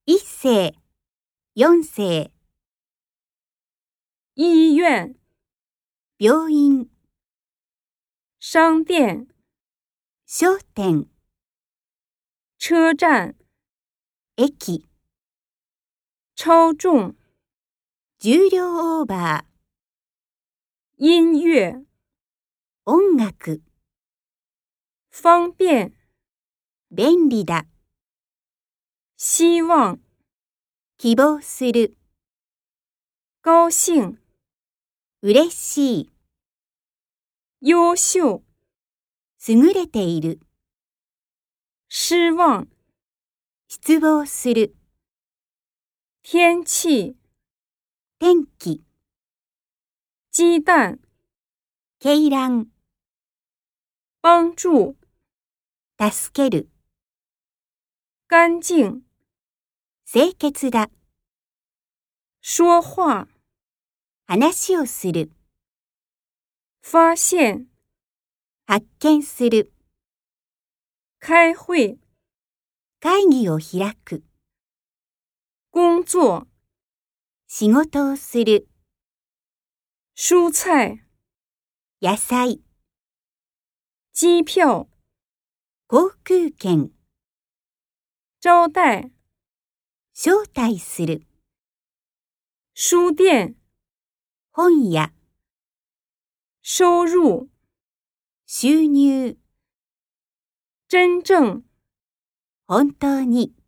一世、四世、 医院、 病院、 商店、 商店、 车站、 駅、 超重、 重量オーバー、 音乐、 音楽、 方便、 便利だ、 希望、 希望する、 高興、 嬉しい、 優秀、 優れている、 失望、 失望する、 天气、 天気、 鸡蛋、 鶏卵、 帮助、 助ける、 干净、 清潔だ、 说话、 話をする、 发现、 発見する、 开会、 会議を開く、 工作、 仕事をする、 蔬菜、 野菜、 机票、 航空券、 招待、 招待する、 书店、 本屋、 收入、 収入、 真正、 本当に。